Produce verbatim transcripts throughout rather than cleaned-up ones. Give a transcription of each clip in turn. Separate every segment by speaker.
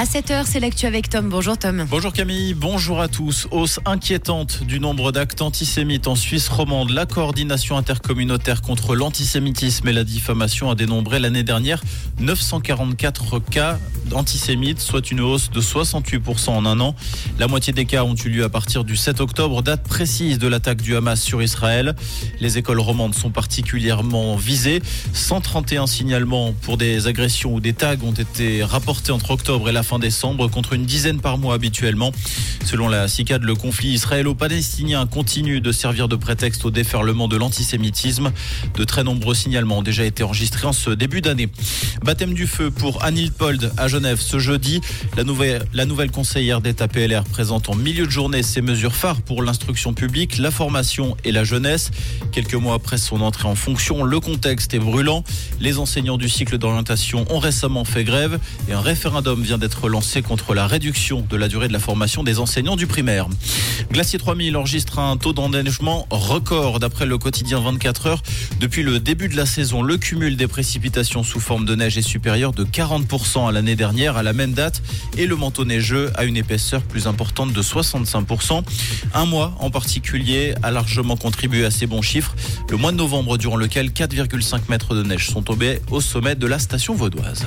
Speaker 1: sept heures, c'est l'actu avec Tom. Bonjour Tom.
Speaker 2: Bonjour Camille, bonjour à tous. Hausse inquiétante du nombre d'actes antisémites en Suisse romande. La coordination intercommunautaire contre l'antisémitisme et la diffamation a dénombré l'année dernière neuf cent quarante-quatre cas antisémites, soit une hausse de soixante-huit pour cent en un an. La moitié des cas ont eu lieu à partir du sept octobre, date précise de l'attaque du Hamas sur Israël. Les écoles romandes sont particulièrement visées. cent trente et un signalements pour des agressions ou des tags ont été rapportés entre octobre et la fin décembre, contre une dizaine par mois habituellement. Selon la C I C A D, le conflit israélo-palestinien continue de servir de prétexte au déferlement de l'antisémitisme. De très nombreux signalements ont déjà été enregistrés en ce début d'année. Baptême du feu pour Anne Hilpold à Genève ce jeudi. La nouvelle, la nouvelle conseillère d'État P L R présente en milieu de journée ses mesures phares pour l'instruction publique, la formation et la jeunesse. Quelques mois après son entrée en fonction, le contexte est brûlant. Les enseignants du cycle d'orientation ont récemment fait grève et un référendum vient d'être lancé contre la réduction de la durée de la formation des enseignants du primaire. Glacier trois mille enregistre un taux d'enneigement record d'après le quotidien vingt-quatre heures. Depuis le début de la saison, le cumul des précipitations sous forme de neige est supérieur de quarante pour cent à l'année dernière à la même date et le manteau neigeux a une épaisseur plus importante de soixante-cinq pour cent. Un mois en particulier a largement contribué à ces bons chiffres. Le mois de novembre durant lequel quatre virgule cinq mètres de neige sont tombés au sommet de la station vaudoise.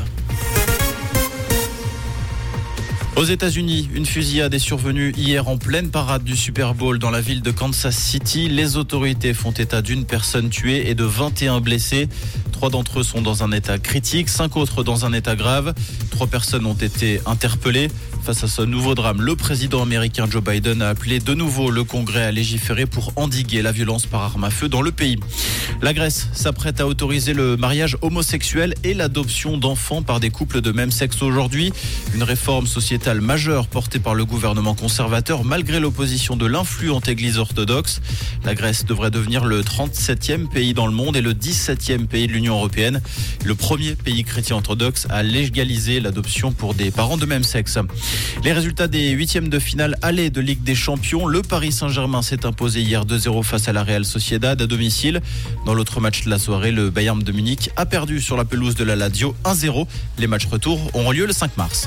Speaker 2: Aux États-Unis, une fusillade est survenue hier en pleine parade du Super Bowl dans la ville de Kansas City. Les autorités font état d'une personne tuée et de vingt et un blessés. Trois d'entre eux sont dans un état critique, cinq autres dans un état grave. Trois personnes ont été interpellées. Face à ce nouveau drame, le président américain Joe Biden a appelé de nouveau le Congrès à légiférer pour endiguer la violence par arme à feu dans le pays. La Grèce s'apprête à autoriser le mariage homosexuel et l'adoption d'enfants par des couples de même sexe aujourd'hui. Une réforme sociétale majeure portée par le gouvernement conservateur malgré l'opposition de l'influente église orthodoxe. La Grèce devrait devenir le trente-septième pays dans le monde et le dix-septième pays de l'Union européenne. Le premier pays chrétien orthodoxe à légaliser l'adoption pour des parents de même sexe. Les résultats des huitièmes de finale aller de Ligue des Champions. Le Paris Saint-Germain s'est imposé hier deux zéro face à la Real Sociedad à domicile. Dans l'autre match de la soirée, le Bayern de Munich a perdu sur la pelouse de la Lazio un zéro. Les matchs retour auront lieu le cinq mars.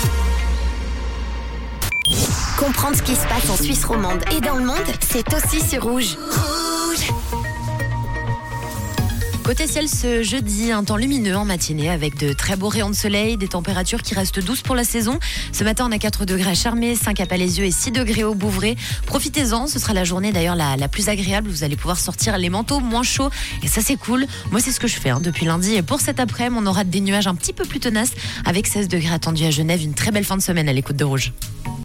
Speaker 3: Comprendre ce qui se passe en Suisse romande et dans le monde, c'est aussi sur Rouge. Rouge.
Speaker 1: Côté ciel ce jeudi, un temps lumineux en matinée avec de très beaux rayons de soleil, des températures qui restent douces pour la saison. Ce matin, on a quatre degrés à Charmey, cinq à Palaisieux et six degrés au Bouvray. Profitez-en, ce sera la journée d'ailleurs la, la plus agréable. Vous allez pouvoir sortir les manteaux moins chauds et ça c'est cool. Moi c'est ce que je fais hein, depuis lundi. Et pour cet après-midi, on aura des nuages un petit peu plus tenaces avec seize degrés attendus à Genève. Une très belle fin de semaine à l'écoute de Rouge.